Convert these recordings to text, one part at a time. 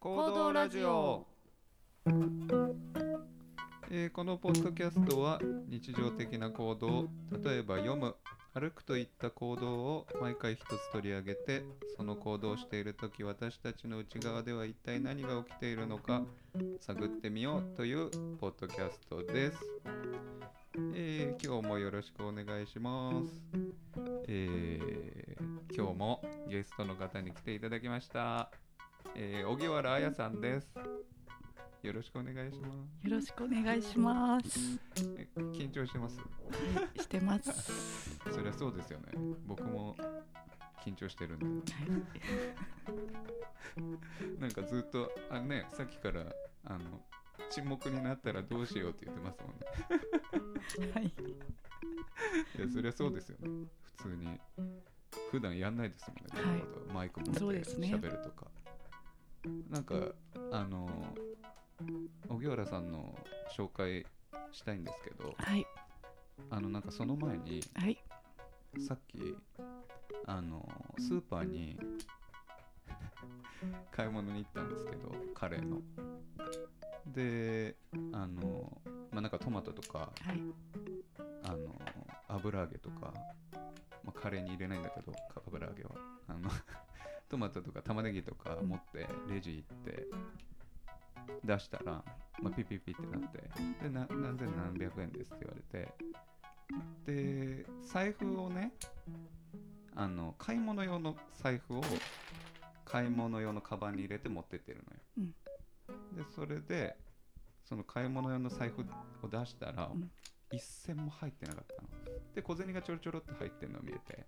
行動ラジオ。このポッドキャストは日常的な行動、例えば読む、歩くといった行動を毎回一つ取り上げて、その行動をしているとき私たちの内側では一体何が起きているのか探ってみようというポッドキャストです。今日もよろしくお願いします。今日もゲストの方に来ていただきました。荻原彩さんです。よろしくお願いします。 よろしくお願いします。 緊張してます？ してます。 そりゃそうですよね。僕も緊張してるんで、なんかずっとさっきから沈黙になったらどうしようって言ってますもんね。 はい。 いやそりゃそうですよね。普通に普段やんないですもんね、こういうこと。マイク持って喋るとか。なんか荻原さんの紹介したいんですけど、 はい、 なんかその前に、 はい、 さっきスーパーに買い物に行ったんですけど、カレーのでなんかトマトとか、 はい、 油揚げとか、カレーに入れないんだけど油揚げはトマトとか玉ねぎとか持ってレジ行って出したら、ピピピってなって、で何千何百円ですって言われて、で財布をね、買い物用の財布を買い物用のカバンに入れて持ってってるのよ、でそれでその買い物用の財布を出したら、一銭も入ってなかったので、小銭がちょろちょろって入ってるの見えて、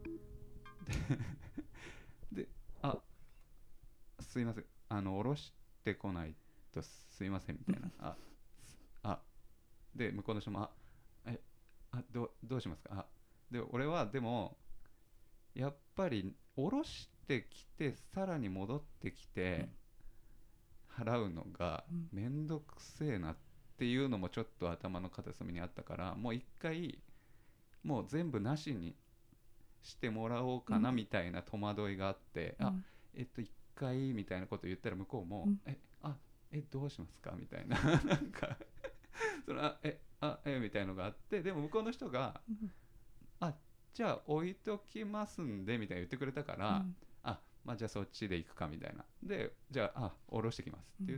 ですいません、下ろしてこないとすいませんみたいなで向こうの人もどうしますか。で俺はでもやっぱり下ろしてきてさらに戻ってきて払うのがめんどくせえなっていうのもちょっと頭の片隅にあったから、もう一回もう全部なしにしてもらおうかなみたいな戸惑いがあって、一回みたいなこと言ったら向こうも、どうしますかみたいななんかそのみたいのがあって、でも向こうの人が、じゃあ置いときますんでみたいな言ってくれたから、じゃあそっちで行くかみたいな、でじゃあ下ろしてきますって言って、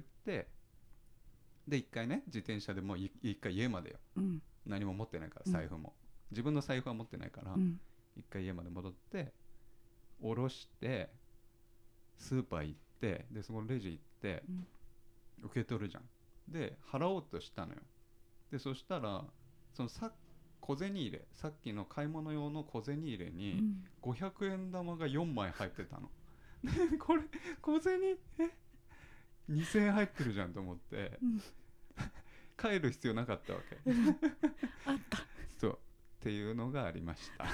で一回ね自転車でもう一回家までよ、何も持ってないから、財布も、自分の財布は持ってないから、一回家まで戻って下ろしてスーパー行って、でそこのレジ行って、受け取るじゃん。で払おうとしたのよ。でそしたらその小銭入れ、さっきの買い物用の小銭入れに500円玉が4枚入ってたの。でこれ小銭2000円入ってるじゃんと思って、帰る必要なかったわけ。 あったそうっていうのがありました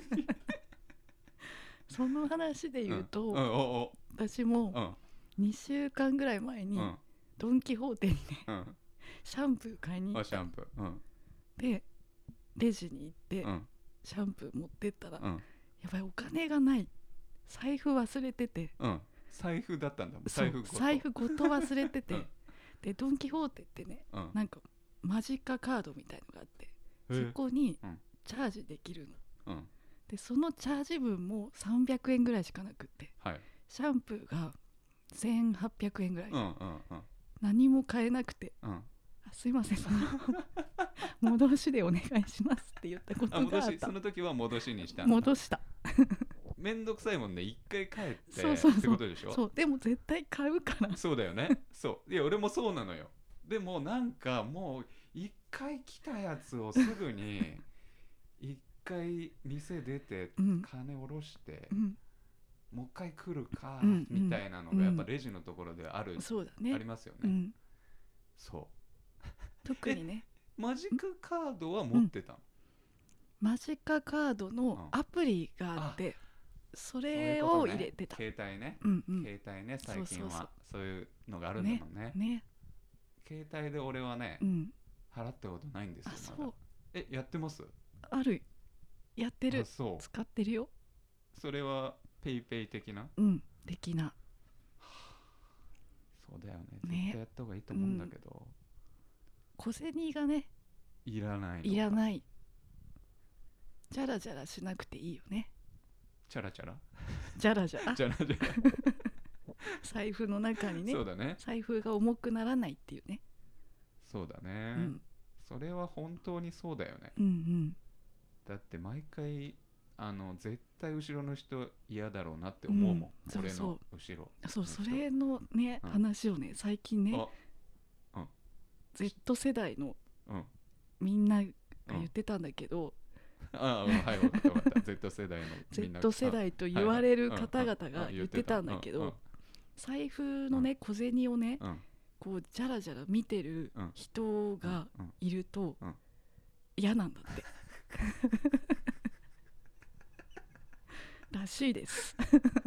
その話で言うと、私も2週間ぐらい前にドン・キホーテにね、シャンプー買いに行った。でレジに行って、シャンプー持ってったら、やばいお金がない、財布忘れてて、 財布だったんだ。 財布ごと忘れてて、でドン・キホーテってね、なんかマジカカードみたいのがあって、そこにチャージできるの、でそのチャージ分も300円ぐらいしかなくって、シャンプーが1800円ぐらい、何も買えなくて、すいません、その戻しでお願いしますって言ったことがあった。 その時は戻しにしたんだ。 戻しためんどくさいもんね、一回帰って、 そうってことでしょ。 そうでも絶対買うから。 そうだよねそういや俺もそうなのよ。でもなんかもう一回来たやつをすぐに一回店出て金下ろして、もう一回来るか、みたいなのがやっぱレジのところである、 そうだね、 ありますよね、そう特にね。 マジックカードは持ってたの？ マジカカードのアプリがあって、それを入れてた。 携帯ね、携帯ね、最近はそういうのがあるんだもんね。携帯で俺はね、払ったことないんですよ。まだ。やってます？ ある、やってる、使ってるよ。 それはペイペイ的な？ 的な。 だよね、絶対やった方がいいと思うんだけど、 小銭がねいらないの。 いらない。ジャラジャラしなくていいよね。 チャラチャラジャラジャラチャラチャラ財布の中にね、 そうだね、 財布が重くならないっていうね。 そうだね、 うん、 それは本当にそうだよね、 うんうん、 だって毎回絶対後ろの人嫌だろうなって思うもん、 そう俺の後ろ。 そう、それのね、話をね最近ね、Z 世代のみんなが言ってたんだけど、 はい、分かった分かったZ 世代のみんな Z 世代と言われる方々が言ってたんだけど、財布のね小銭をね、こうジャラジャラ見てる人がいると嫌なんだってらしいです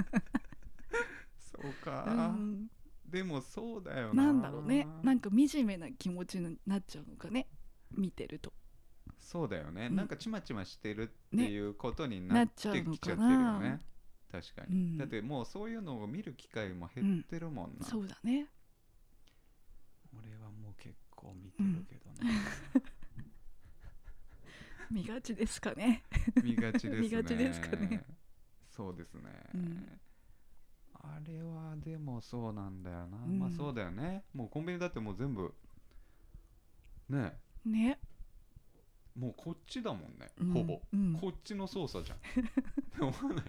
そうか、でもそうだよな。 なんだろうね、なんか惨めな気持ちになっちゃうのかね、見てると。 そうだよね、なんかちまちましてるっていうことになってきちゃってるよね、確かに、だってもうそういうのを見る機会も減ってるもんな、 そうだね。 俺はもう結構見てるけどね、 見がちですかね見がちですね見がちですかね。 そうですね、あれはでもそうなんだよな、まあそうだよね、もうコンビニだってもう全部ねもうこっちだもんね、ほぼ、こっちの操作じゃんって思わない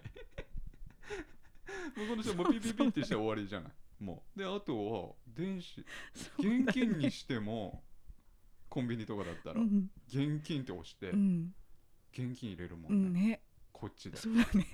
向こうの人もピピピってして終わりじゃないもうで、あとは電子、現金にしてもコンビニとかだったら現金って押して現金入れるもんね、こっちで。 そうだね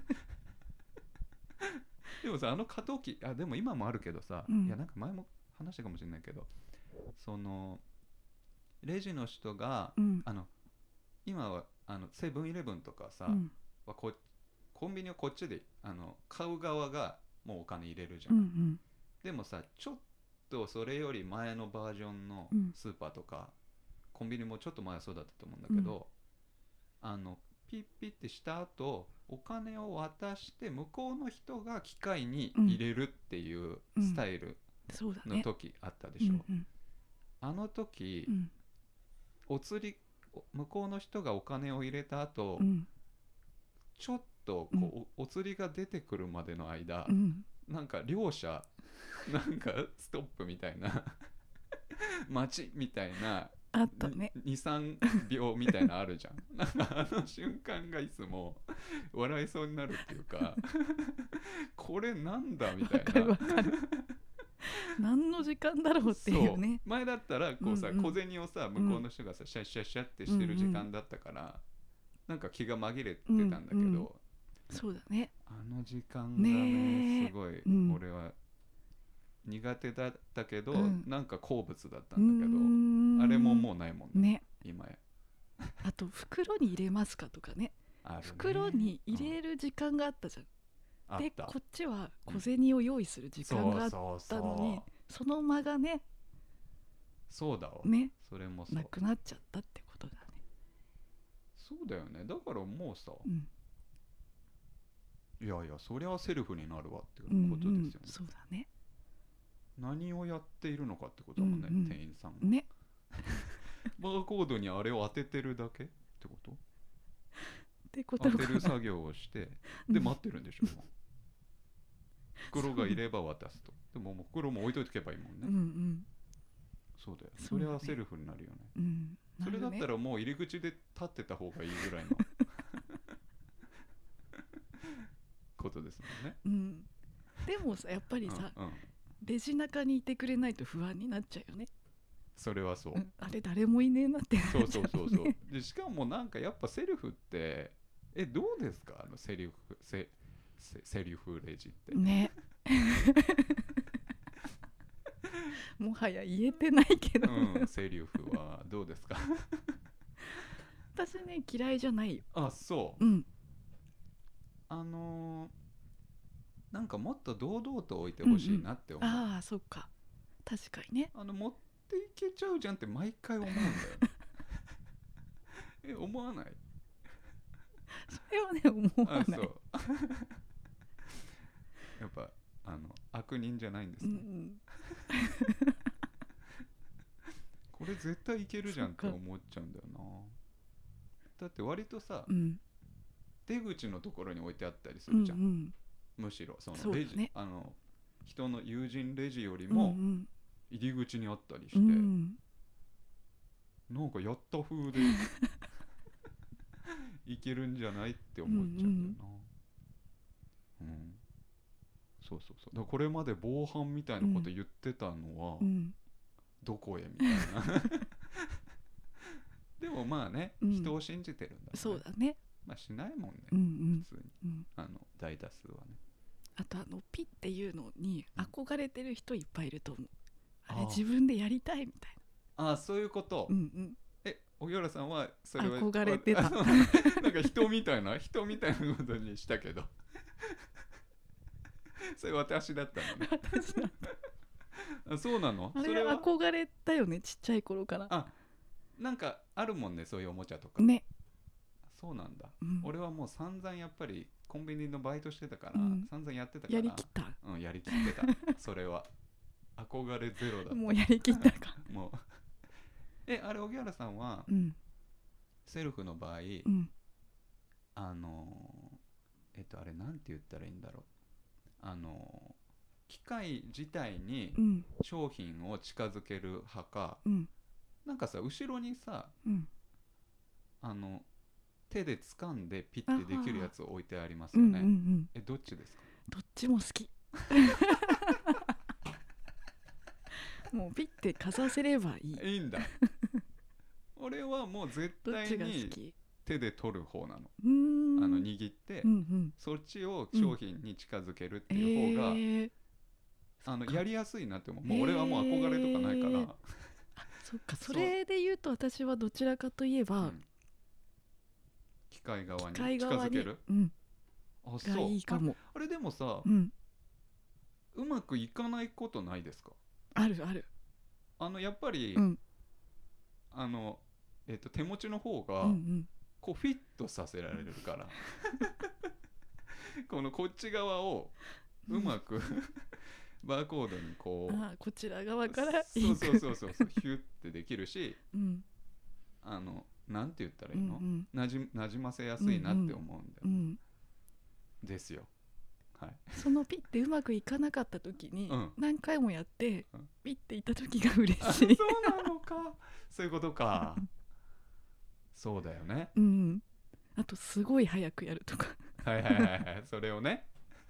でもさ、過渡期、でも今もあるけどさ、いやなんか前も話したかもしれないけど、そのレジの人が、今はセブンイレブンとかさ、コンビニをこっちで買う側がもうお金入れるじゃん、でもさ、ちょっとそれより前のバージョンのスーパーとか、コンビニもちょっと前はそうだったと思うんだけど、ピッピッてした後お金を渡して向こうの人が機械に入れるっていうスタイルの時あったでしょ、あの時、お釣り向こうの人がお金を入れた後、ちょっとこう、お釣りが出てくるまでの間、なんか両者なんかストップみたいな待ちみたいなあったね、 2,3 秒みたいなあるじゃんなんか瞬間がいつも笑いそうになるっていうかこれなんだみたいな、 わかる何の時間だろうっていうね。 前だったらこうさ、小銭をさ向こうの人がさ、シャッシャッシャッってしてる時間だったから、なんか気が紛れてたんだけど、 そうだね、 時間がねすごい、俺は苦手だったけど、なんか好物だったんだけど、あれももうないもんね今や。 あと袋に入れますかとかね、袋に入れる時間があったじゃん、でこっちは小銭を用意する時間があったのに、その間がね、 そうだわね、 それもそうなくなっちゃったってことだね。 そうだよね、だからもうさ、いやいやそりゃセルフになるわっていうことですよね、 そうだね、 何をやっているのかってことだもんね、店員さんがねバーコードにあれを当ててるだけってことってこと当てる作業をしてで待ってるんでしょ袋がいれば渡すと。でももう袋も置いといておけばいいもんね、そうだよ、それはセルフになるよね、それだったらもう入り口で立ってた方がいいぐらいのことですもんね、 でもさやっぱりさ、レジ中にいてくれないと不安になっちゃうよね。 それはそう、 あれ誰もいねえなってなっちゃう、ね、 そうでしかもなんかやっぱセルフってどうですかセルフレジってねもはや言えてないけど、 セルフはどうですか私ね嫌いじゃないよ。 あ、そう、なんかもっと堂々と置いてほしいなって思う、 ああそっか、確かにね、 持っていけちゃうじゃんって毎回思うんだよ思わない？ それはね思わない。 そうやっぱ悪人じゃないんですね、 うんうん、 これ絶対いけるじゃんって思っちゃうんだよな。だって割とさ、 うん、 出口のところに置いてあったりすうんうるじゃん、 ん、 むしろそのそうだレジ、 ね、 人の友人レジよりうんうもん入り口にあったりうして、 ん、 なんかやった風でいけるんじゃないってうんう思っちゃうんだよん、 な。うん、そうそうそう。だからこれまで防犯みたいなこと言ってたのは、 うん、 どこへみたいなでもまあね、 うん、 人を信じてるんだね。 そうだね、 まあしないもんね、 うんうん、 普通に、 うん、 大多数はね。 あとピっていうのに憧れてる人いっぱいいると思う、あれあ自分でやりたいみたいあ、そういうこと。 な、うんうん、 荻原さんはそれは憧れてたなんか人みたいなことにしたけどそれ私だったのね私だあ、そうなの？ あれそれは憧れたよね、ちっちゃい頃から。 あ、なんかあるもんね、そういうおもちゃとかね、 そうなんだ、 うん、 俺はもう散々やっぱりコンビニのバイトしてたから、 うん、 散々やってたから、 やりきった、 うん、やりきってたそれは憧れゼロだったもうやりきったかもうあれ荻原さんはうんセルフの場合、 うんあのあれなんて言ったらいいんだろう、機械自体にうん商品を近づける派か、 うんなんかさ後ろにさうんあの手で掴んでピッてできるやつを置いてありますうんうんうよね、 ん、 どっちですか？ どっちも好きもうピッてかざせればいい。 いいんだ俺はもう絶どっちが好対にき？ 手で取る方なの、 うーん、 握って、 うんうん、 そっちを商品に近づけるっていう方が、 そっかやりやすいなって思う。もう俺はもう憧れとかないから、 あ、そっか、それで言うと私はどちらかといえば、 うん、機械側に近機械側に、 づける、 うん、 あ、 がそういいかも。 あれでもさ、 うん、 うまくいかないことないですか？ あるある。 やっぱり、 うん、 あの手持ちの方うんうがん、 こうフィットさせられるからこっち側をうまくバーコードにこう、 あ、こちら側からそういく。 ヒュッてできるし、 うん、 なんて言ったらいいの、 うんうん、 なじませやすいなって思うんだよ、 うん、 ですよ。はい。 そのピッてうまくいかなかった時に、 うん何回もやってうんピッていった時が嬉あ、 しそういなのか。そういうことか。そうだよね。 うん、あとすごい早くやるとかはいはいはいはい。それをね。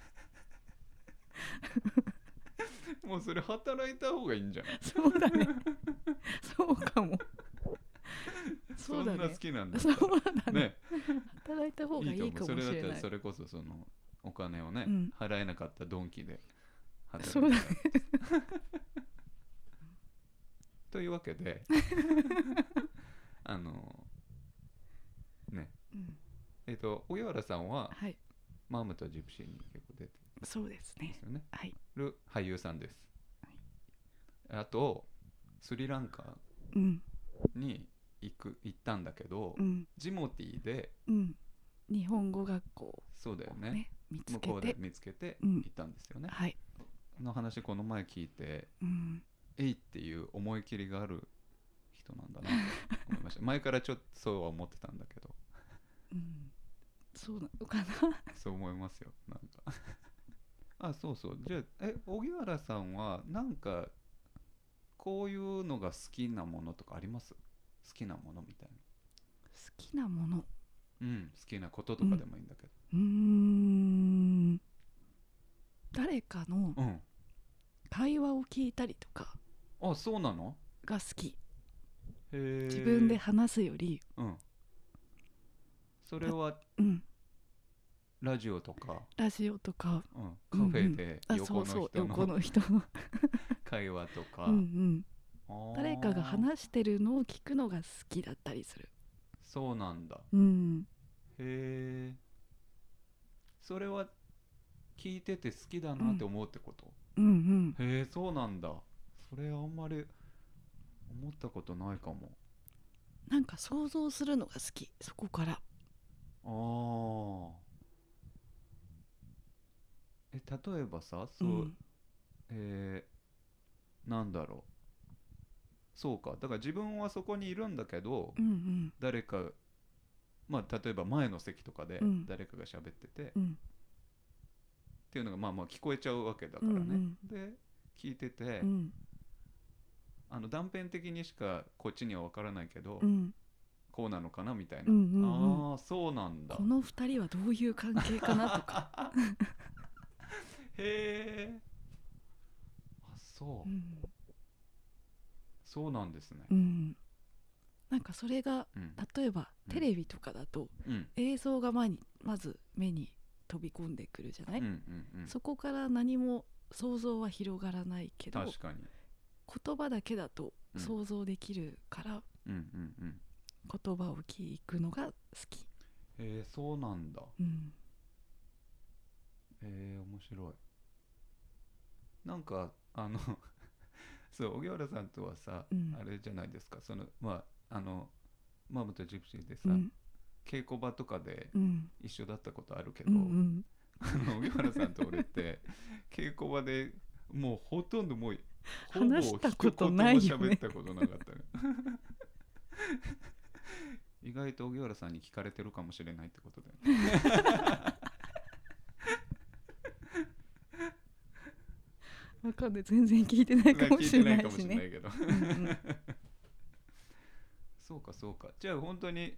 もうそれ働いた方がいいんじゃない？ そうだねそうかもそうだね、 そんな好きなんだっそうたらだねね。 働いた方がいいかもしれない。 それだったらそれこそそのお金をね、 うん、 払えなかったドンキで働いてそうだねというわけであのね、 うん、 荻原さんははい、 マムとジプシーに結構出てそうですね、 ますよね。 はいる俳優さんです。 はい、 あとスリランカうんに行ったんだけど、 うん、 ジモティーで、 うん、日本語学校そうだよね、 をね見つ向けて、 こうで見つけてうん行ったんですよね、 はい、 の話この前聞いて、 うん、 えいっていう思い切りがある人なんだなと思いました前からちょっとそうは思ってたんだけどうん、そうなのかなそう思いますよ、なんかあ、そうそう。じゃあ荻原さんはなんかこういうのが好きなものとかあります？好きなものみたいな。 好きなもの、 うん、好きなこととかでもいいんだけど。 うーん、誰かのうん。 会話を聞いたりとかあ、そうなの？ が好き。 へえ。 自分で話すより、 うん。それはうん、 ラジオとか、 ラジオとか、 うん、カフェであ、 横のそうそう、 人の横の人の会話とか、 うん、うん、 あー誰かが話してるのを聞くのが好きだったりする。 そうなんだ。 うん、 へえ。それは聞いてて好きだなって思うってこと？ うん、うん、 へえ、そうなんだ。それあんまり思ったことないかも。 なんか想像するのが好き、そこから。 ああ。 例えばさ、そう、なんだろう、そうか、だから自分はそこにいるんだけど、 うんうん誰か、まあ例えば前の席とかでうん誰かが喋ってて、 うんっていうのがまあまあ聞こえちゃうわけだうんうからね、 んで聞いてて、 うん断片的にしかこっちには分からないけど、 うんこうなのかなみたいな、 うんうんうん、 ああそうなんだ、 この二人はどういう関係かなとかへえ、あそう、 うんそうなんですね。 うん、なんかそれがうん例えばうんテレビとかだとうん映像がまず目に飛び込んでくるじゃない、 うんうんうん、 そこから何も想像は広がらないけど、 確かに、 言葉だけだとうん想像できるからうんうんうん、 言葉を聞くのが好き。 そうなんだ、 うん面白い。なんかそう荻原さんとはさ、 うんあれじゃないですか、そのまあマムとジプシーでさ、 うん稽古場とかでうん一緒だったことあるけうど、 ん荻原さんと俺って稽古場でもうほとんどもうほぼ話したこ一言もとないよね喋ったことなかったね意外と荻原さんに聞かれてるかもしれないってことだよねわかんない全然聞いてないかもしれないし聞いてないかもしれなね。 いけどうんうんそうかそうか、じゃあ本当に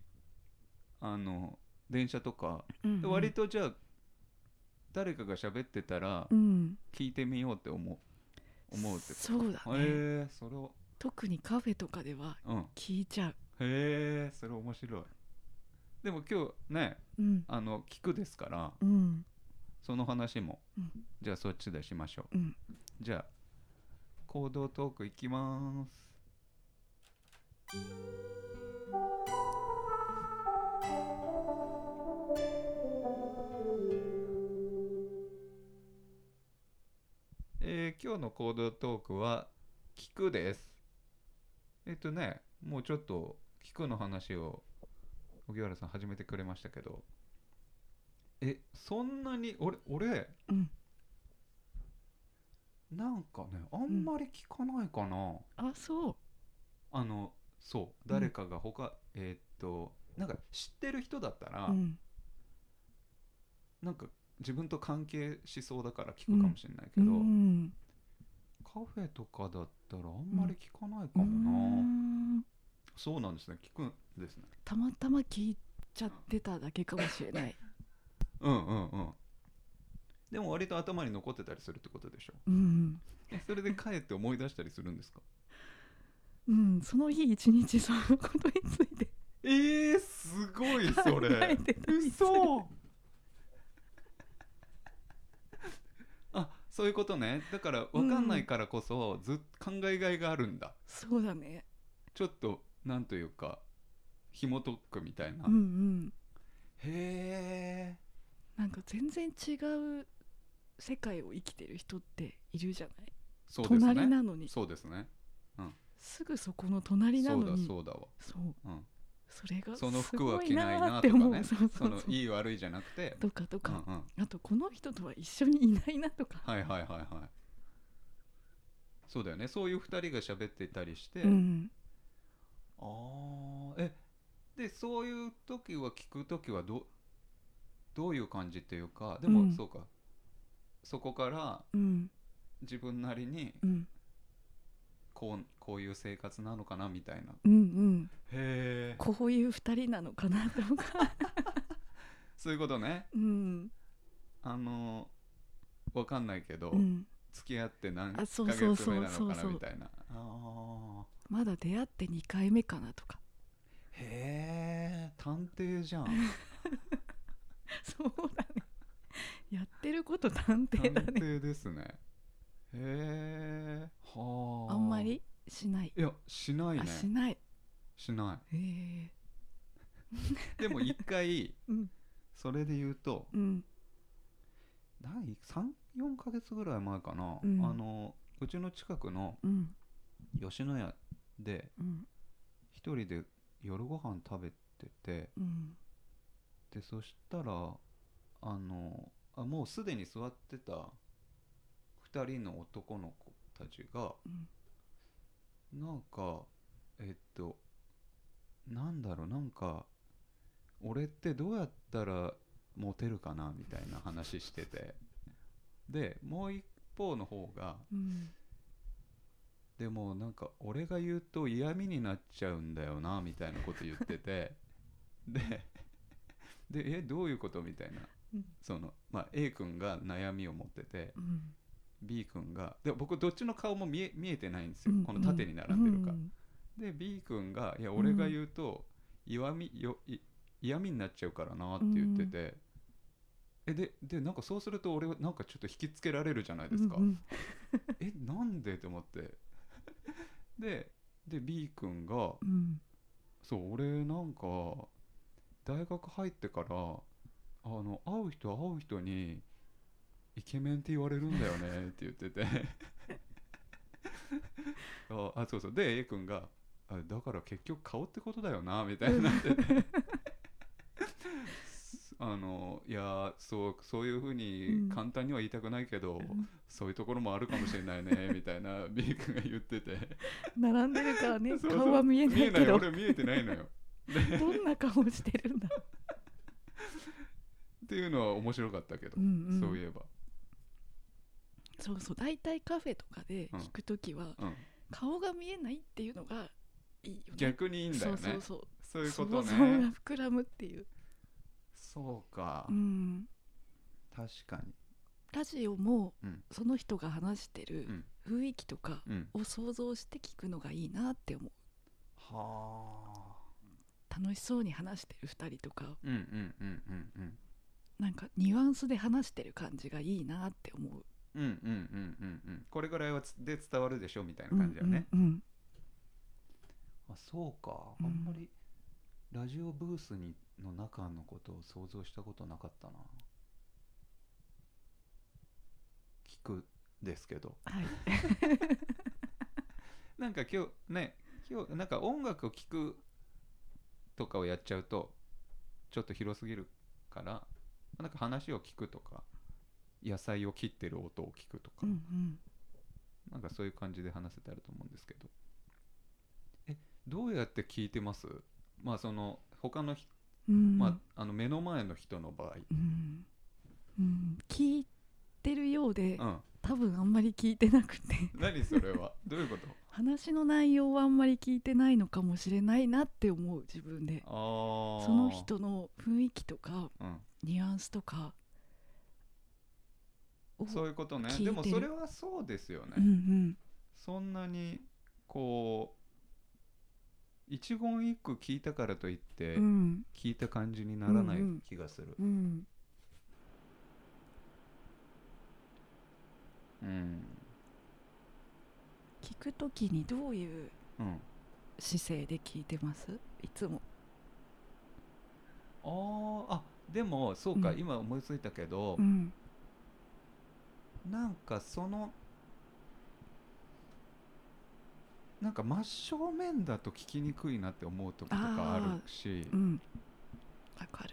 電車とか、 うんうん割とじゃあ誰かが喋ってたらうん聞いてみようって思うってこと。 そうだね。 へえそれを、 特にカフェとかではうん、へ聞いちゃう。 えそれ面白い。でも今日ねうん聞くですから、 うんその話もうんじゃあそっちでしましょう。 うんじゃあ行動トークいきます。今日の行動トークは聞くです。もうちょっと聞くの話を荻原さん始めてくれましたけど、そんなに俺うんなんかねあんまり聞かないかな、 あそうそう誰かがなんか知ってる人だったら、 うんなんか自分と関係しそうだから聞くかもしれないけど、 うんカフェとかだったらあんまり聞かないかうもな、 んそうなんですね、聞くんですね。 たまたま聞いちゃってただけかもしれない。 うんうんうん、でも割と頭に残ってたりするってことでしょ。 うんそれで帰って思い出したりするんですか？ うんその日一日そのことについてすごいそれ考えてたりする。 嘘そういうことね。だから分かんないからこそ、ずっと考えがいがあるんだ。 そうだね。 ちょっとなんというか紐解くみたいな、 うんうんへえ。 なんか全然違う世界を生きてる人っているじゃない。 そうですね、 隣なのにそうですね、 すぐそこの隣なのにそうだわ、 そううん、 それがその服はすごい着ないななって思う。 とかね、 そうそうそのそういい悪いじゃなくて、 とかとか、 うんうん、 あとこの人とは一緒にいないなとか、 はいはいはいはい、そうだよね、そういう二人が喋ってたりして、 うんでそういう時は聞く時はどういう感じっていうか、でも、 うんそうか、そこからうん自分なりにうんこういう生活なのかなみたいな、 うんうんへえ、 こういう二人なのかなとかそういうことね。 うんわかんないけど、 うん付き合って何ヶあそう月そうそう目なのかなそうそうみたいな、 まだ出会って2回目かなとかへえ、探偵じゃんそうだねやってること探偵だ探ね。 偵ですね。へえ、はあ。 あんまりしない。 いやしないね、 あしない。 しなへえい。でも一回うんそれで言うと、 うん 3、4ヶ月ぐらい前かな、 うんうちの近くのうん吉野家でうん一人で夜ご飯食べてて、 うんでそしたらもうすでに座ってた2人の男の子たちが、なんかなんだろう、なんか俺ってどうやったらモテるかなみたいな話してて、でもう一方の方が、でもなんか俺が言うと嫌味になっちゃうんだよなみたいなこと言っててでどういうことみたいな、そのA 君が悩みを持ってて、B 君が、で僕どっちの顔も見えてないんですよ、この縦に並んでるか、で B 君がいや俺が言うと嫌味になっちゃうからなって言ってて、でなんかそうすると俺はなんかちょっと引きつけられるじゃないですか、なんでと思ってで B 君が、そう俺なんか大学入ってから会う人にイケメンって言われるんだよねって言っててそうそうで A 君がだから結局顔ってことだよなみたいになってていやそういうふうに簡単には言いたくないけど、そういうところもあるかもしれないねみたいな B 君が言ってて並んでるからね顔は見えないけど俺見えてないのよどんな顔してるんだっていうのは面白かったけど、そういえばそう大体カフェとかで聞くときは、顔が見えないっていうのがいいよね。 逆にいいんだよね。そういうことね。 想像が膨らむっていう。 そうか、確かにラジオも、その人が話してる雰囲気とかを想像して聞くのがいいなって思う。楽しそうに話してる2人とか、なんかニュアンスで話してる感じがいいなって思う。 これぐらいはで伝わるでしょみたいな感じだよね。そうか、あんまりラジオブースの中のことを想像したことなかったな。聞くですけど、 はい、 なんか今日なんか音楽を聴くとかをやっちゃうとちょっと広すぎるから、なんか話を聞くとか野菜を切ってる音を聞くとか、なんかそういう感じで話せたらと思うんですけど、どうやって聞いてます？その他の人、目の前の人の場合、 聞いてるようで、多分あんまり聞いてなくて何それはどういうこと？ 話の内容はあんまり聞いてないのかもしれないなって思う自分で。その人の雰囲気とか、ニュアンスとかそういうことね。でもそれはそうですよね、そんなにこう一言一句聞いたからといって、聞いた感じにならない気がする。 聞くときにどういう姿勢で聞いてます？いつも。 でもそうか、今思いついたけど、なんかなんか真正面だと聞きにくいなって思う時とかあるし、 わかる。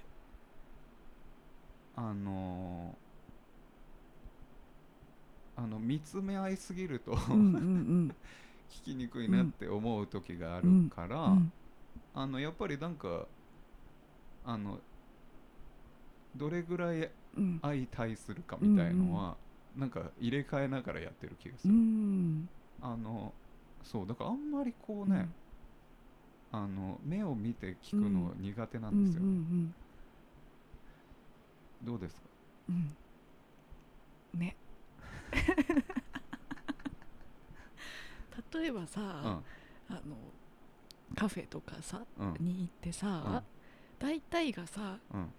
見つめ合いすぎると聞きにくいなって思う時があるから、やっぱりなんかどれぐらい相対するかみたいのは、なんか入れ替えながらやってる気がする。そうだからあんまりこうね、目を見て聞くの苦手なんですよ。どうですか？ ね例えばさ、カフェとかさ、に行ってさ、大体がさ、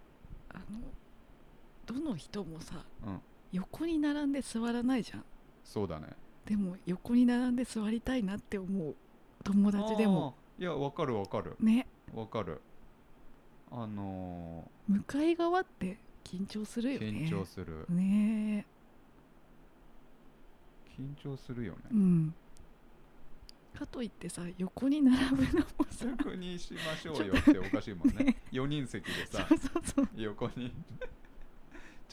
どの人もさ、横に並んで座らないじゃん。 そうだね。 でも横に並んで座りたいなって思う、友達でも。 いや、わかるね、 わかる。 向かい側って緊張するよね。 緊張するね。 緊張するよね。 かといってさ、横に並ぶのもさ、 逆にしましょうよっておかしいもんね。4人席でさ、横に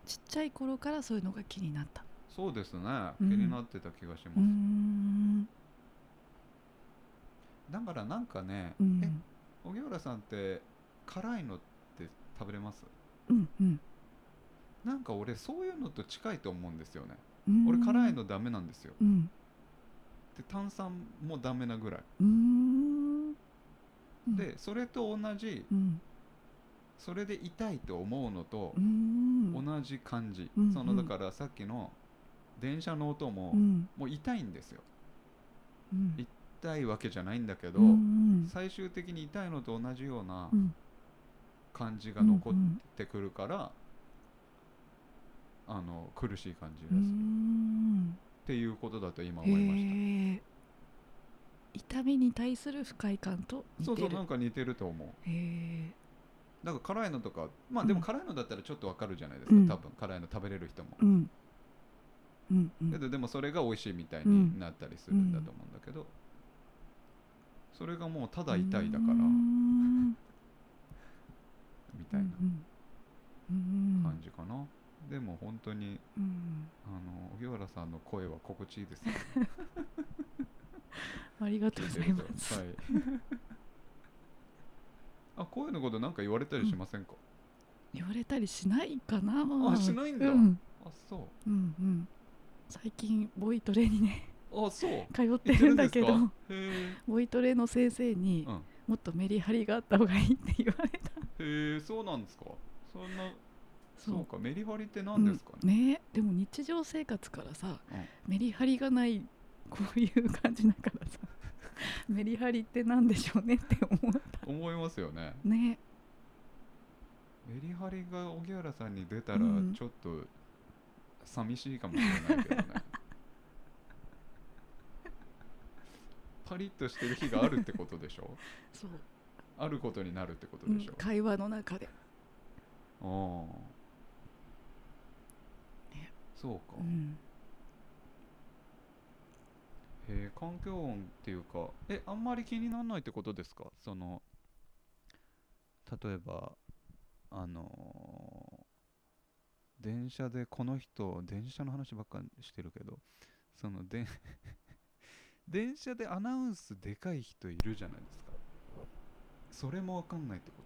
ちっちゃい頃からそういうのが気になった。 そうですね、気になってた気がします。だからなんかね、荻原さんって辛いのって食べれます？なんか俺そういうのと近いと思うんですよね。俺辛いのダメなんですよ、で炭酸もダメなぐらい、でそれと同じ、それで痛いと思うのと同じ感じ、そのだからさっきの電車の音も、もう痛いんですよ、痛いわけじゃないんだけど、最終的に痛いのと同じような感じが残ってくるから、苦しい感じがするっていうことだと今思いました。 痛みに対する不快感と似てる。 そうそう、なんか似てると思う。だから辛いのとか、まあでも辛いのだったらちょっとわかるじゃないですか、多分辛いの食べれる人も、でもそれが美味しいみたいになったりするんだと思うんだけど、それがもうただ痛いだからみたいな感じかな。でも本当に、荻原さんの声は心地いいですね。 ありがとうございます。はい。 あ、声のことなんか言われたりしませんか？ 言われたりしないかな。 あ、しないんだ。あ、そう。 最近ボイトレにね、 あ、そう。 通ってるんだけど、ボイトレの先生に、もっとメリハリがあった方がいいって言われた。 へえ、そうなんですか。そんな。そうか、メリハリって何ですかね。 でも日常生活からさ、メリハリがないこういう感じだからさメリハリって何でしょうねって思いますよね。 ね。 メリハリが荻原さんに出たらちょっと寂しいかもしれないけどね。パリッとしてる日があるってことでしょ。 そう、 あることになるってことでしょ、 会話の中で。 ああ、ね、そうか、環境音っていうか、あんまり気にならないってことですか？その例えば電車でこの人、電車の話ばっかりしてるけど、その電車でアナウンスでかい人いるじゃないですか。それもわかんないってこと、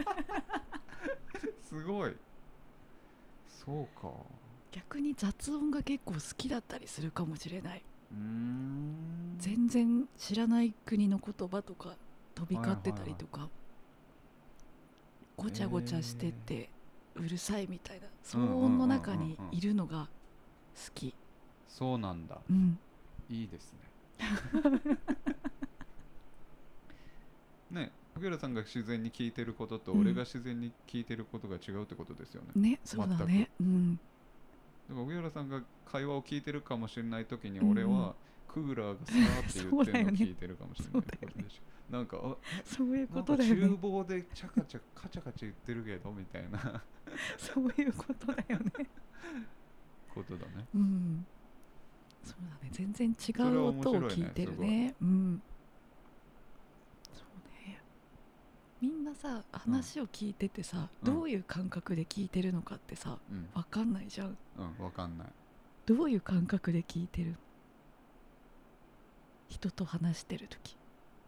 すごい。そうか。 逆に雑音が結構好きだったりするかもしれない。全然知らない国の言葉とか飛び交ってたりとか、ごちゃごちゃしててうるさいみたいな騒音の中にいるのが好き。 そうなんだ、いいですね。ね、荻原さんが自然に聞いてることと俺が自然に聞いてることが違うってことですよね。 ね、そうだね。 だから荻原さんが会話を聞いてるかもしれないときに俺はクーラーがさーって言ってるのを聞いてるかもしれないってことでしょ。なんかそういうことだよね。 厨房でチャカチャカチャカチャ言ってるけどみたいなそういうことだよね。 ことだね。 そうだね、全然違う音を聞いてるね。みんなさ、話を聞いててさ、どういう感覚で聞いてるのかってさ、分かんないじゃん。 分かんない。 どういう感覚で聞いてる？人と話してる時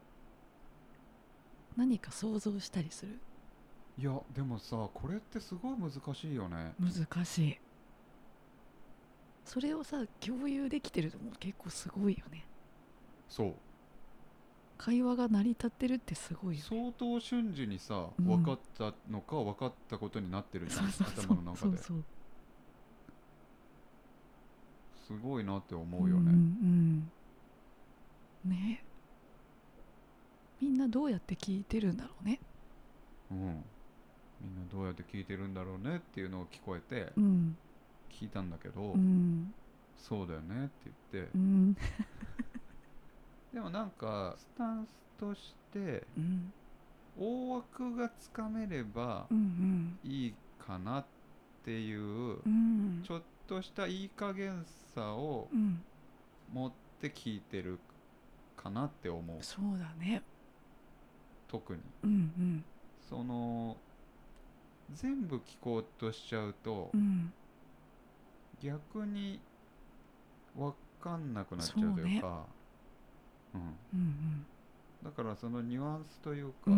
何か想像したりする？ いやでもさ、これってすごい難しいよね。 難しい。それをさ、共有できてるのも結構すごいよね。 そう、 会話が成り立ってるってすごいよね。 相当瞬時にさ、分かったのか分かったことになってるじゃん、頭の中で。すごいなって思うよね。 ね。みんなどうやって聞いてるんだろうね。 みんなどうやって聞いてるんだろうねっていうのを聞こえて、聞いたんだけど、そうだよねって言って、でもなんかスタンスとして、大枠がつかめればいいかなっていう、ちょっとしたいい加減さを持って聞いてるかなって思う。 そうだね。 特に、 うんうん、 その全部聞こうとしちゃうと、 うん、 逆に分かんなくなっちゃうというか、うん、 うんうん、 だからそのニュアンスというか、 うんうん、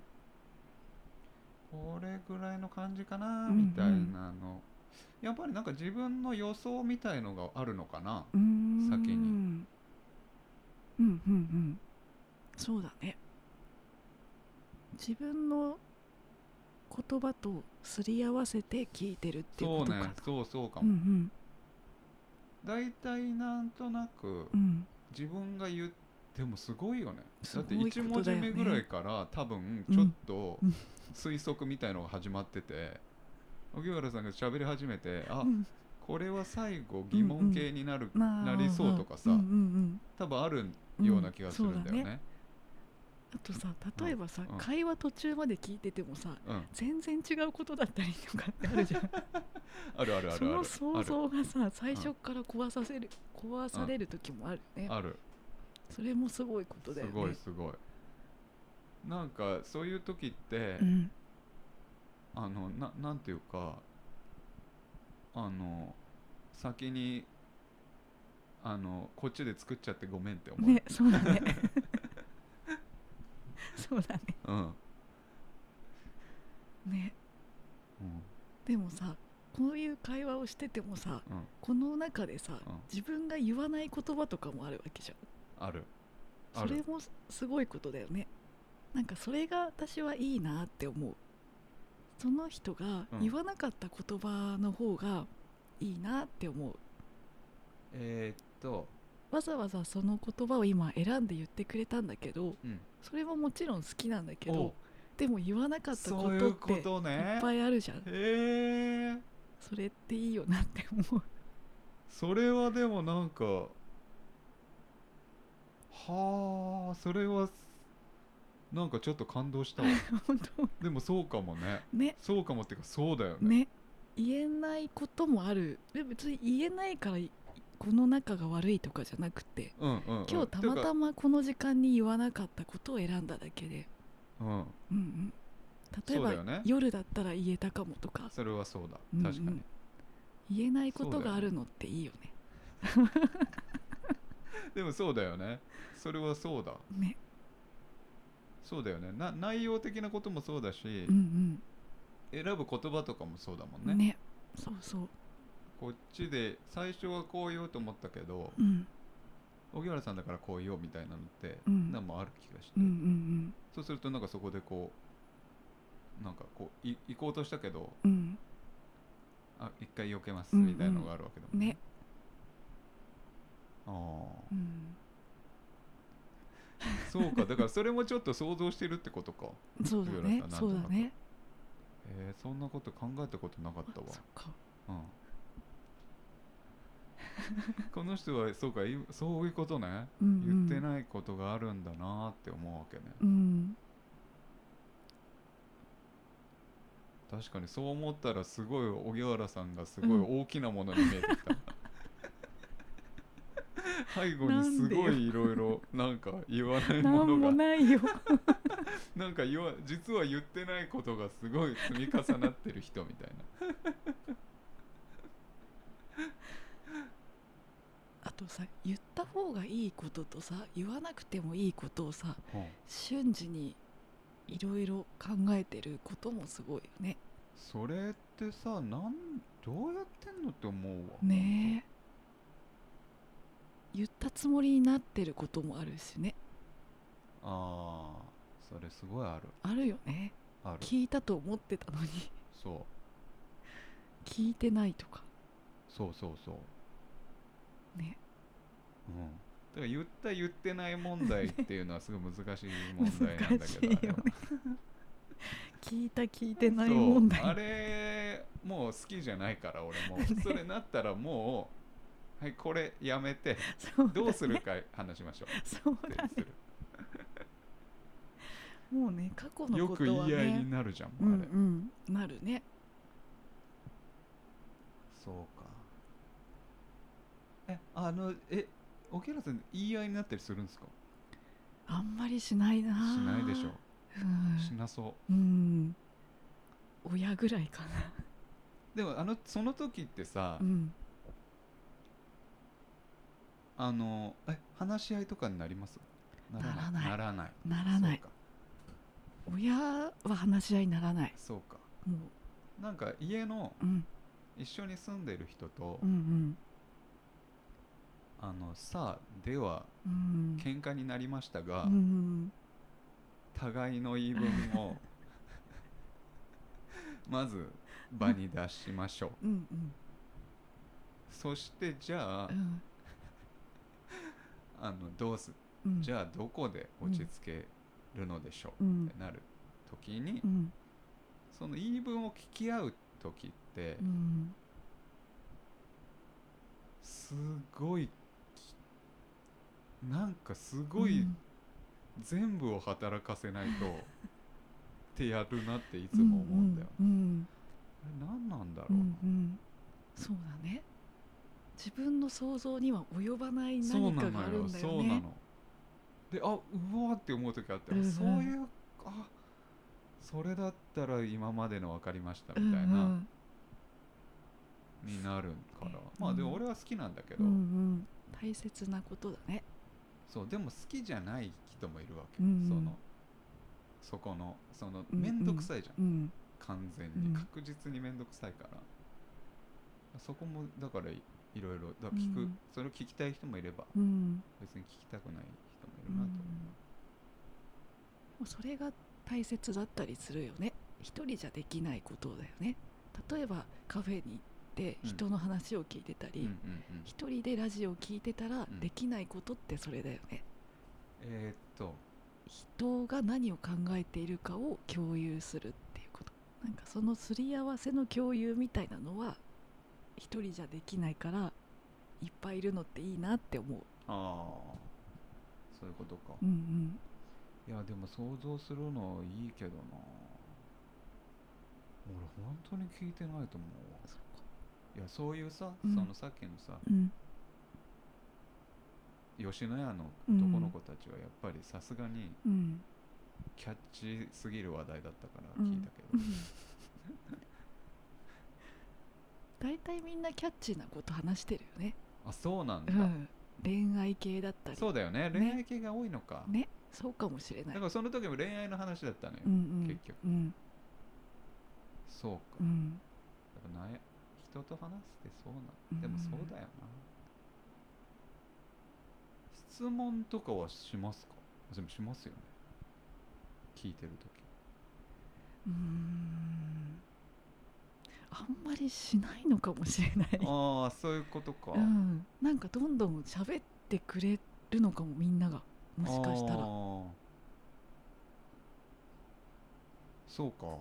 これぐらいの感じかなうんみたいなの、やっぱりなんか自分の予想みたいのがあるのかな、 うん、 先に。 うんうんうん、そうだね。自分の言葉とすり合わせて聞いてるっていうことかな。 そうかも。 うんうん、 だいたいなんとなくうん、 自分が言ってもすごいよね。 すだって1 ごいこと文字だよね。 目ぐらいから多分ちょっうん、 とうん、 推測みたいのが始まってて、荻原さんが喋り始めて、あ、 うん、 これは最後うん、 疑問形になる、なりそうとかうんうさ、 ん多分あるうん、うん、 ような気がすそうだね。 るんだよね。 あとさ、 うん例えばさ、 うん会話途中まで聞いててもさ、 うん、 全然違うことだったりとかってあるじゃん。 あるあるあそのるあるあ想る、 像がさ、最初から壊される時もあるね。 ある。 それもすごいことだよすね。 ごいすごい。なんかそういう時ってうん、 なんていうか、あの先にこっちで作っちゃってごめんって思う。 ね、そうだね。そうだね。 うんね、 うんでもさ、こういう会話をしててもさ、 うんこの中でさ、 うん、 自分が言わない言葉とかもあるわけじゃん。 あるある。 それもすごいことだよね。なんかそれが私はいいなって思う。その人がうん言わなかった言葉の方がいいなって思う。 えーっとわざわざその言葉を今選んで言ってくれたんだけど、 うんそれももちろん好きなんだけお、 ど、でも言わなかったそういうこことっていっとね。 ぱいあるじゃん。 へえ、 それっていいよなって思う。 それはでもなんか、はあ、それはなんかちょっと感動したわ。 本当でもそうかもね。 ね。 そうかもっていうか、そうだよね。 ね、言えないこともある。で別に言えないからこの仲が悪いとかじゃなくて、 うんうんうん。 今日たまたまこの時間に言わなかったことを選んだだけで、 うん、 うんうん、例えば、 そうだよね。 夜だったら言えたかもとか、 それはそうだ。 うんうん、 確かに。 言えないことがあるのっていいよね。 でもそうだよね。それはそうだ。 ね、 そうだよね。内容的なこともそうだし、 うん選ぶ言葉とかもそうだもんね。 うん、ね、そうそう、 こっちで最初はこう言おうと思ったけど、 うん、 荻原さんだからこう言おうみたいなのってうん何もある気がして、 うんうんそうするとなんかそこでこうなんかこう行こうとしたけど、 うん、 あ、一回避けますうんうんみたいなのがあるわけだもんね。 ね、 あうん、 あ、そうか。だからそれもちょっと想像してるってことか。 そうだね、そうだね。 そんなこと考えたことなかったわ。 そっか。 うん、この人はそうか、そういうことね、 うんうん、 言ってないことがあるんだなって思うわけね。 うん、 確かにそう思ったらすごい荻原さんがすごい大きなものに見えてきた、背後にすごいいろいろなんか言わないもなんものがないよ。 なんか実は言ってないことがすごい積み重なってる人みたいな。 あとさ、言った方がいいこととさ、言わなくてもいいことをさ、 うん、 瞬時にいろいろ考えてることもすごいよね。 それってさ、どうやってんのって思うわねえ、言ったつもりになってることもあるしね。 ああ、それすごいある。 あるよね。 ある。 聞いたと思ってたのにそう聞いてないとかそうそうそうね。 うん、だから言った言ってない問題っていうのはすごい難しい問題なんだけど、 難しいよね。聞いた聞いてないそう問題。 あれもう好きじゃないから俺も、それなったらもうはいこれやめてそうだね、 どうするか話しましょうそうだね。 ってする。 もうね、過去のよくことはね、 言い合いになるじゃん、 うんあれ。 うん、なるね。 そうか。沖原さん言い合いになったりするんですか？ あんまりしないな。 しないでしょ。 うん、 しなそうん、 親ぐらいかな。 でもその時ってさ、 うん、 話し合いとかになります？ならない。 ならない。 ならない。 ならない。 そうか。 親は話し合いにならない。 そうか。 もなんか家のう、うん、 一緒に住んでる人と、 うんうんさあではうん喧嘩になりましたが、 うん、 互いの言い分をまず場に出しましょう。 うんうんそしてじゃあ、 うんどうすうんじゃあどこで落ち着けるのでしょう、 うんってなる時に、 うんその言い分を聞き合う時ってうんすごい、なんかすごいうん全部を働かせないとってやるなっていつうんも思うんだよね。 うんあれ何なんだろううな。 ん、そうだね。自分の想像には及ばないそう何かがあるなのよ、 んだよね。 そうなの。で、うわって思う時あって、 うんそういう、それだったら今までの分かりましたうんうみたいな、 んになるから、 うんまあでも俺は好きなんだけど、 うんうん大切なことだね。 そうでも好きじゃない人もいるわけ、 うんそこのうんめんどくさいじゃん、 うん完全に確実にめんどくさいから、そこもだからいろいろだからそれを聞きたい人もいれば、 うん別に聞きたくない人もいるなと思うそれが大切だったりするよね。一人じゃできないことだよね。例えばカフェに行って人の話を聞いてたり、一人でラジオを聞いてたらできないことってそれだよね。人が何を考えているかを共有するっていうこと。なんかそのすり合わせの共有みたいなのは一人じゃできないから、いっぱいいるのっていいなって思う。 そういうことか。 うんいやでも想像するのいいけどな、俺本当に聞いてないと思うわ。いやそういうさ、そのさっきのさ、吉野家の男の子たちはやっぱりさすがにキャッチすぎる話題だったから聞いたけど、 だいたいみんなキャッチーなこと話してるよね。 そうなんだ、 恋愛系だったり。 そうだよね、恋愛系が多いのかね、そうかもしれない。 だからその時も恋愛の話だったのよ、結局、そうか、やっぱ人と話すってそうな、でもそうだよな。質問とかはしますか？でもしますよね、聞いてるとき。 あんまりしないのかもしれない。 そういうことか。 なんかどんどん喋ってくれるのかも、みんなが、もしかしたら。 そうか。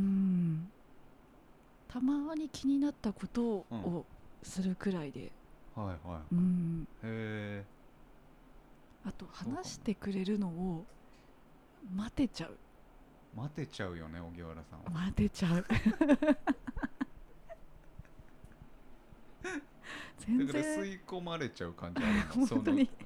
たまに気になったことをするくらいで。 はいはい。へえ。 あと話してくれるのを待てちゃう。 待てちゃうよね、荻原さんは。 待てちゃう。全然だから吸い込まれちゃう感じあるの。 本当に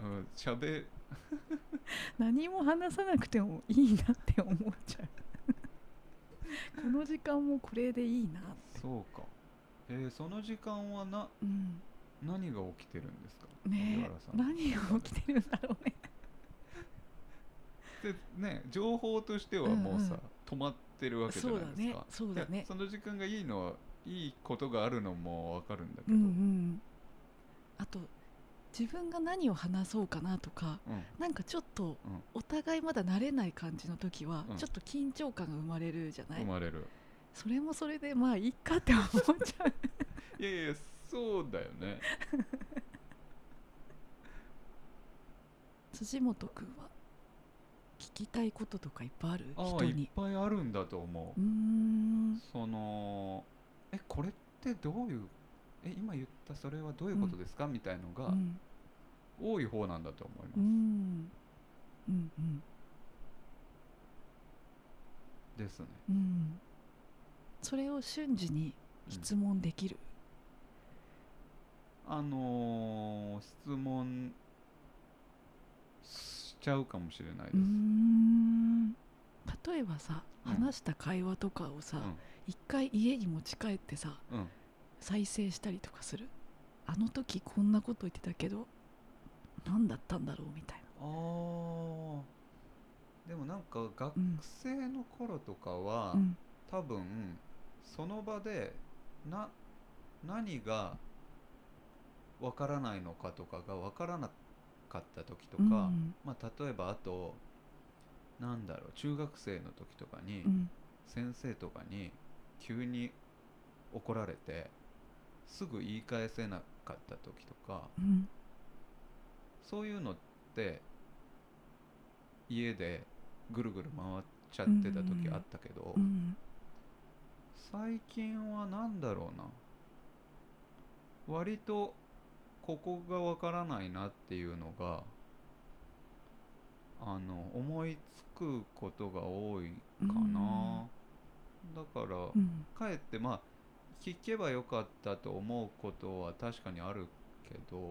何も話さなくてもいいなって思っちゃう。この時間もこれでいいなって。 そうか。その時間は何が起きてるんですか、 荻原さん。何が起きてるんだろうね。 でね、情報としてはもうさ、止まってるわけじゃないですか。 そうだね。 その時間がいいのはいいことがあるのもわかるんだけど、 あと自分が何を話そうかなとか、なんかちょっとお互いまだ慣れない感じの時は、ちょっと緊張感が生まれるじゃない。 生まれる。 それもそれでまあいいかって思っちゃう。 いやいや、そうだよね。 辻本くんは聞きたいこととかいっぱいある？人にいっぱいあるんだと思う。これってどういう、今言ったそれはどういうことですか、みたいのが多い方なんだと思います。ですね。 それを瞬時に質問できる？ 質問しちゃうかもしれないです。 例えばさ、話した会話とかをさ、 一回家に持ち帰ってさ、 うん、 再生したりとかする。あの時こんなこと言ってたけど何だったんだろうみたいな。 でもなんか学生の頃とかは、 うん、 多分その場で何がわからないのかとかがわからなかった時とか、 うん、 まあ、例えばあとなんだろう、中学生の時とかに先生とかに急に怒られてすぐ言い返せなかった時とか、 うん、 そういうのって家でぐるぐる回っちゃってた時あったけど、 うん、 最近はなんだろうな、割とここがわからないなっていうのが思いつくことが多いかな。だからうん、 かえってまあ聞けばよかったと思うことは確かにあるけど、 うん、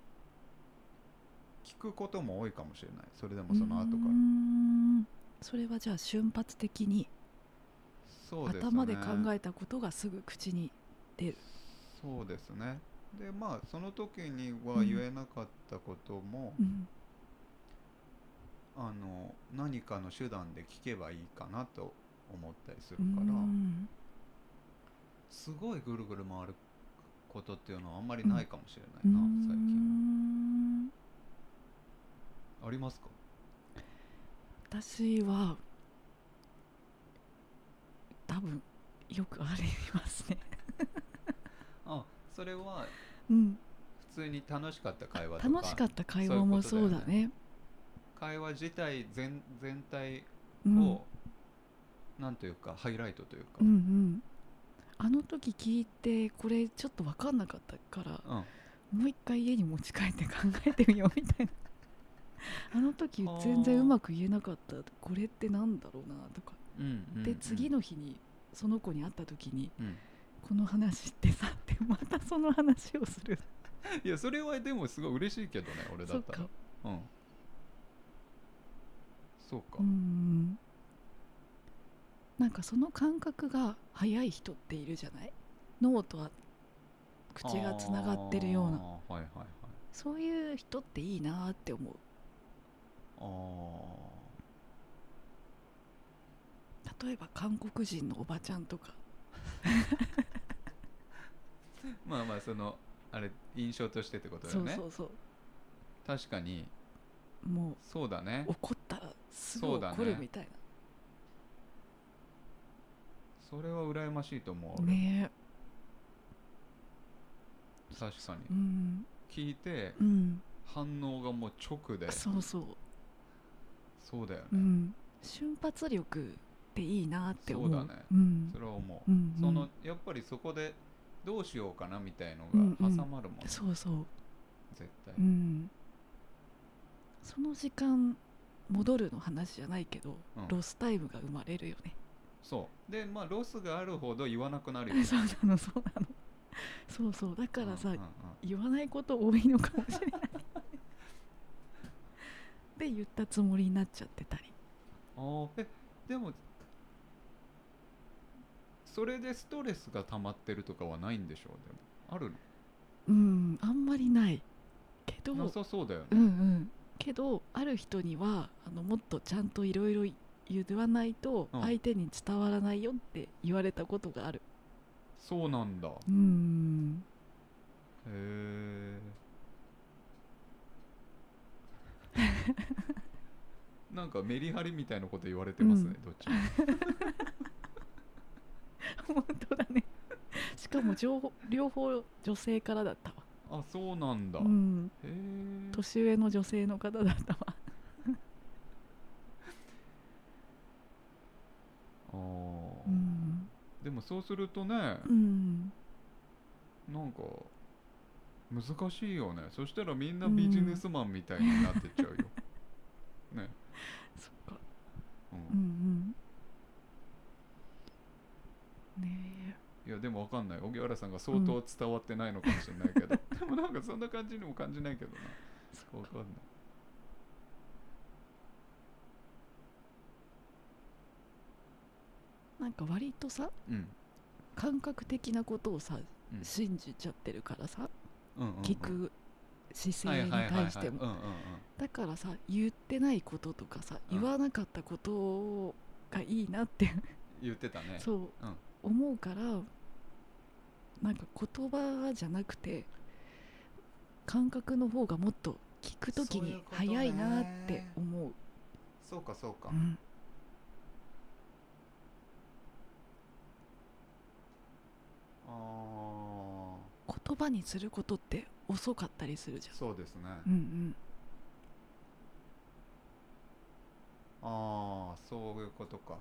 聞くことも多いかもしれない。それでもうその後から。 ん。それはじゃあ瞬発的にそうですね。 頭で考えたことがすぐ口に出る。 そうですね。でまあその時にはうん言えなかったことも、 うん、 何かの手段で聞けばいいかなと思ったりするうから、 ん、 すごいぐるぐる回ることっていうのはあんまりうん、 ないかもしれないな、最近は。ありますか？ 私は多分よくありますね。 あ、それはうん、 普通に楽しかった会話とか、 楽しかった会話もそうだね。 会話自体全体うん、 をなんというかハイライトというか、 うんうん、あの時聞いてこれちょっと分かんなかったから、もう一回家に持ち帰って考えてみようみたいな。あの時全然うまく言えなかった、これってなんだろうなとか、で次の日にその子に会った時に、この話ってさってまたその話をする。 いやそれはでもすごい嬉しいけどね、俺だったら。そうか。 なんかその感覚が早い人っているじゃない。脳とは口がつながってるような、 はいはいはい、 そういう人っていいなって思う。例えば韓国人のおばちゃんとかまあまあそのあれ印象としてってことだよね。 そうそうそう、 確かにもうそうだね。 怒ったらすぐ怒るみたいな。 それは羨ましいと思うね。 確かに、聞いて、反応がもう直で。 そうそう、 そうだよね、 瞬発力っていいなって思う。 そうだね、それは思う、そのやっぱりそこでどうしようかなみたいのが挟まるもんね、 そうそう、 絶対、 その時間戻るの話じゃないけど、ロスタイムが生まれるよね。 そうで、まあロスがあるほど言わなくなるよね。 そうなのそうなの、そうそう、だからさ、言わないこと多いのかもしれないで言ったつもりになっちゃってたり。 でもそれでストレスが溜まってるとかはないんでしょう。でもあるの？ あんまりないけど、 なさそうだよね。 けどある人にはもっとちゃんといろいろ言わないと相手に伝わらないよって言われたことがある。 そうなんだ。へえなんかメリハリみたいなこと言われてますね、どっちも本当だね。しかも両方女性からだったわ。 あ、そうなんだ、へえ。年上の女性の方だったわでもそうするとね、なんか難しいよね。そしたらみんなビジネスマンみたいになってっちゃうよ、ね。 そっか。ねえ。いやでも分かんない、荻原さんが相当伝わってないのかもしれないけど、でもなんかそんな感じにも感じないけどな。分かんない。 なんか割とさ、 うん、 感覚的なことをさ、 うん、 信じちゃってるからさ、 うんうんうん、 聞く姿勢に対しても、だからさ、言ってないこととかさ、言わなかったことがいいなって言ってたね。 そう、思うから、なんか言葉じゃなくて感覚の方がもっと聞くときに早いなって思う。 そうかそうか、 言葉にすることって遅かったりするじゃん。 そうですね。そういうことか。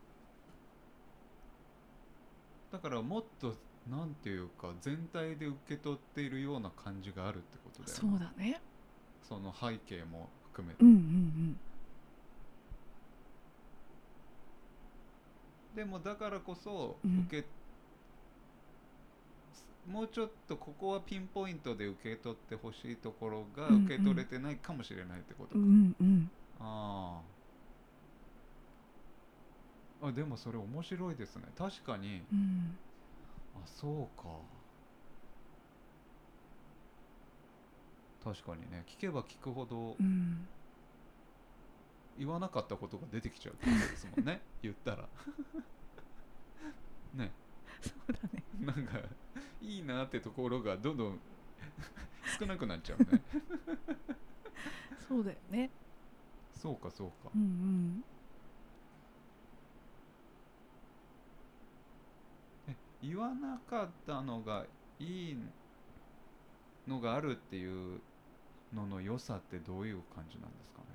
だからもっとなんていうか全体で受け取っているような感じがあるってことだよね。 そうだね。 その背景も含めて。でもだからこそもうちょっとここはピンポイントで受け取ってほしいところが受け取れてないかもしれないってことか。でもそれ面白いですね。確かに、そうか。確かにね、聞けば聞くほど、言わなかったことが出てきちゃうってことですもんね言ったらね。 そうだね。 なんかいいなってところがどんどん少なくなっちゃうねそうだよね。 そうかそうか。言わなかったのがいいのがあるっていうのの良さってどういう感じなんですかね。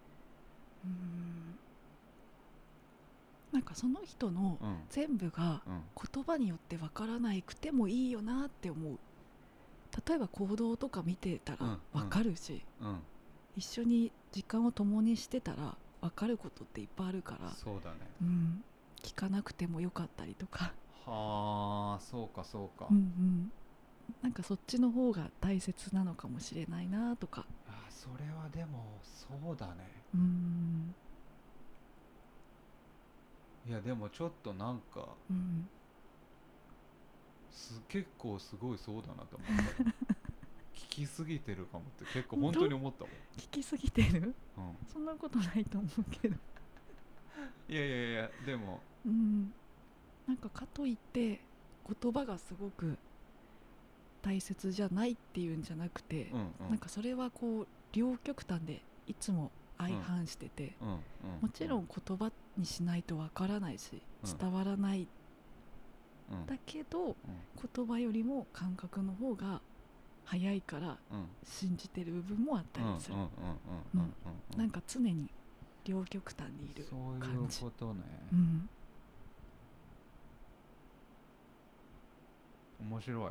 なんかその人の全部が言葉によってわからなくてもいいよなって思う。例えば行動とか見てたらわかるし、一緒に時間を共にしてたらわかることっていっぱいあるから。 そうだね、 聞かなくてもよかったりとか。 はあ、そうかそうか。 なんかそっちの方が大切なのかもしれないなとか。 それはでもそうだね。いやでもちょっとなんか、結構すごいそうだなと思った聞きすぎてるかもって結構本当に思ったもん。 聞きすぎてる、そんなことないと思うけどいやいやいや、でもなんかかといって言葉がすごく大切じゃないっていうんじゃなくて、なんかそれはこう両極端でいつも相反してて、もちろん言葉にしないとわからないし伝わらない、だけど言葉よりも感覚の方が早いから信じてる部分もあったりする。なんか常に両極端にいる感じ。 そういうことね。面白い。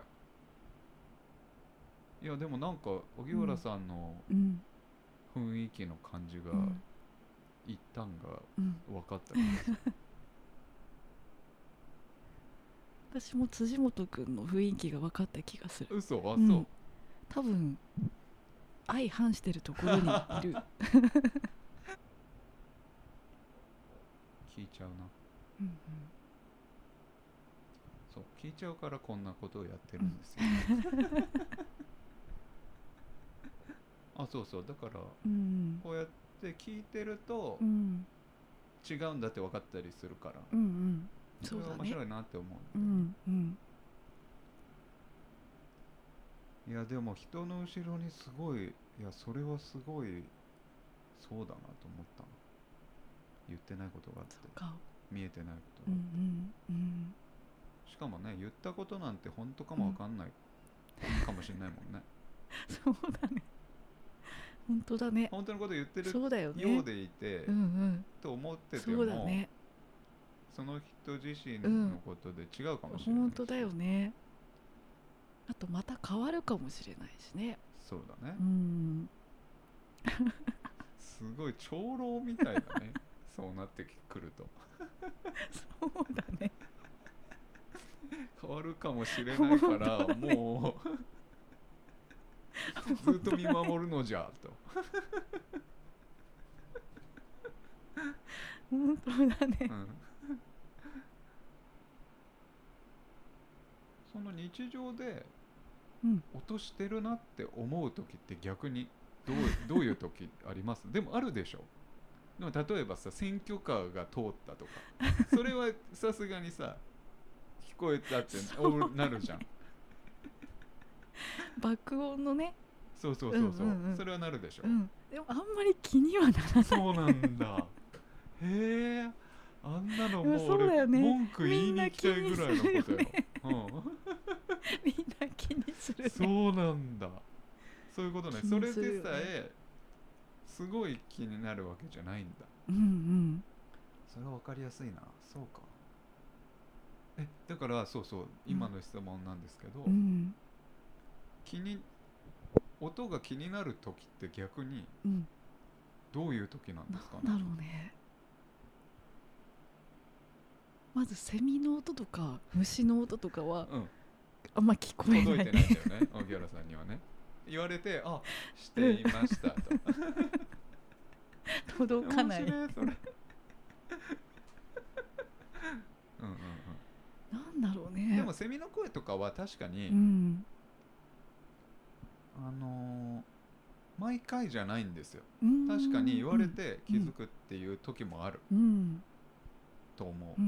いやでもなんか荻原さんの雰囲気の感じが、一旦が分かった気がする。 私も辻本くんの雰囲気が分かった気がする。 嘘？そう。 多分相反してるところにいる聞いちゃうな。そう聞いちゃうからこんなことをやってるんですよ。そうそう、だから、こうやって聞いてると、違うんだって分かったりするから、それは面白いなって思う。いやでも人の後ろにすごい、いやそれはすごいそうだなと思ったの。言ってないことがあって見えてないことがあって、しかもね言ったことなんて本当かも分かんないかもしれないもんね。 そうだね、本当だね。 本当のこと言ってるようでいて、と思ってても、 そうだね、 その人自身のことで違うかもしれない。 本当だよね。あとまた変わるかもしれないしね。 そうだね。すごい長老みたいだねそうなってくるとそうだね変わるかもしれないからもうずっと見守るのじゃと本当だね、 その日常でうん音してるなって思う時って逆にどういう時あります？でもあるでしょ。でも例えばさ、選挙カーが通ったとか、それはさすがにさ聞こえたってなるじゃん。 爆音のね。 そうそうそうそう、それはなるでしょ、 でもあんまり気にはならない。 そうなんだ。へえ、あんなのもう俺、文句言いに行きたいぐらいのことよ、 みんな気にするね。 そうなんだ。そういうことね。それでさえすごい気になるわけじゃないんだ。それは分かりやすいな。そうか。だからそうそう、今の質問なんですけど、音が気になる時って逆にどういう時なんですかね。 なんだろうね。まずセミの音とか虫の音とかはあんま聞こえない。 届いてないんだよね、荻原さんにはね。言われて、あ、していましたと。 届かない。 面白いそれ。 なんだろうね。 でもセミの声とかは確かに、毎回じゃないんですよ。確かに言われて気づくっていう時もある、と思う。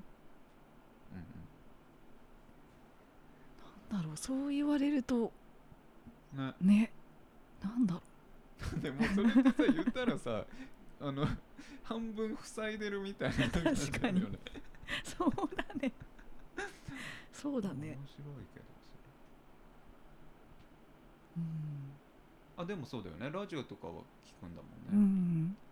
なんだろう、そう言われるとね、 なんだろう。でもそれってさ、言ったらさ、半分塞いでるみたいな感じだよね。 確かにそうだね。そうだね。面白いけどさ。でもそうだよね。ラジオとかは聞くんだもんね。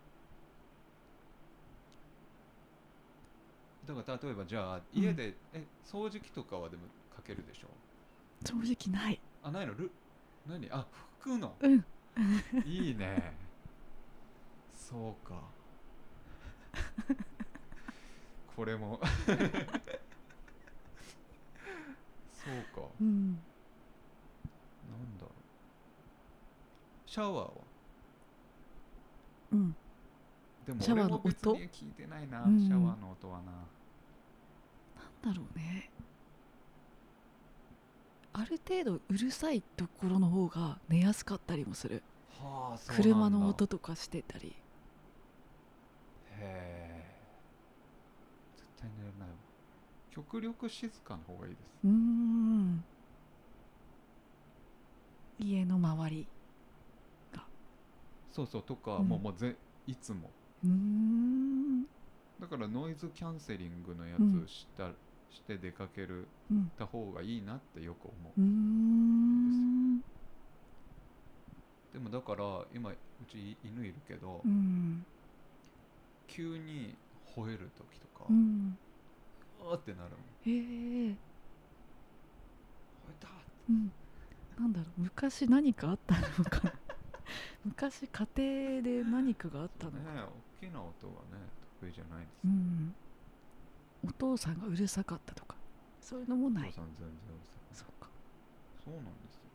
だから例えばじゃあ家で、掃除機とかはでもかけるでしょ。 掃除機ない。 ないの？何？拭くの？いいね。そうか。これもそうか。なんだろう。シャワーは？でも俺も別に聞いてないな、シャワーの音はな。 なんだろうね。ある程度うるさいところの方が寝やすかったりもする。車の音とかしてたり。 へえ。絶対寝れないわ。極力静かな方がいいです。 家の周りが。 そうそうとか、もういつも。だからノイズキャンセリングのやつして出かけた方がいいなってよく思う。でもだから今うち犬いるけど、急に吠える時とか、あーってなるもん。吠えた。 なんだろう、昔何かあったのかな。昔家庭で何かがあったのかな。 大きな音がね得意じゃないです。 お父さんがうるさかったとかそういうのもない。 お父さん全然うるさかった。そうか。 そうなんですよ。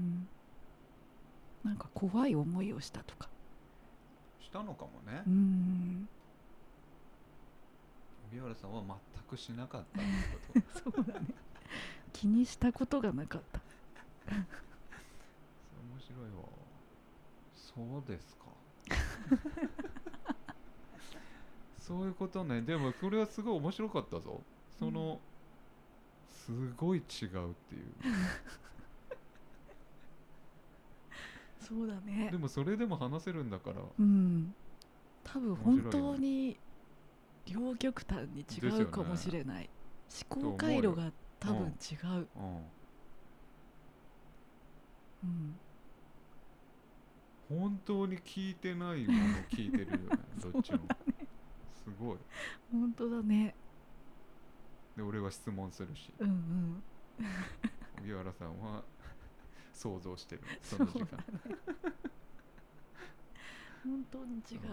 なんか怖い思いをしたとかしたのかもね。荻原さんは全くしなかったってこと。そうだね。気にしたことがなかった。 面白いわ。そうですか。そういうことね。でもこれはすごい面白かったぞ。すごい違うっていうそうだね。 でもそれでも話せるんだから、 多分本当に両極端に違うかもしれない。思考回路が多分違う。 本当に聞いてないもの聞いてるよね。どっちも。すごい。 本当だね。 で俺は質問するし、荻原さんは想像してるその時間。 本当に違う。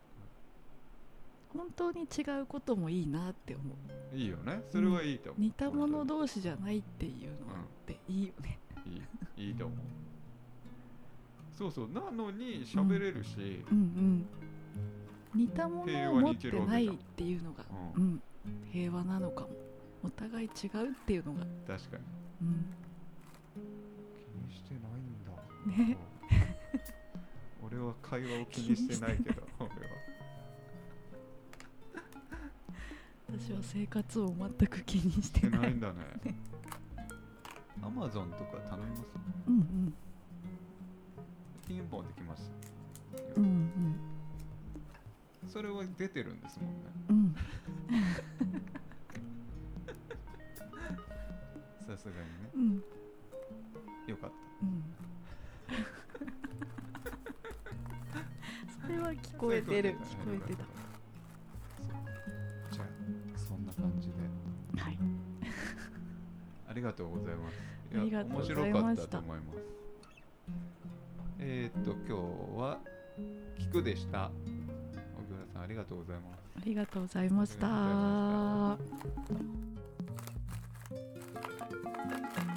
本当に違うこともいいなって思う。 いいよね。それはいいと思う。 似た者同士じゃないっていうのっていいよね。 いいと思う。そうそう。なのに喋れるし、 似たものを持ってないっていうのが、平和なのかも。お互い違うっていうのが確かにうん、 気にしてないんだね。 俺は会話を気にしてないけど俺は私は生活を全く気にしてないんだね。アマゾンとか頼みます？ うんうん。 ピンポンできます。 うんうん。 それは出てるんですもんね。 うん。 さすがにね。 うん。 よかった。 うん。それは聞こえてる。聞こえてた。 じゃあそんな感じで。 はい。 ありがとうございます。 ありがとうございました。 面白かったと思います。今日は聞くでした。小倉さんありがとうございます。 ありがとうございました。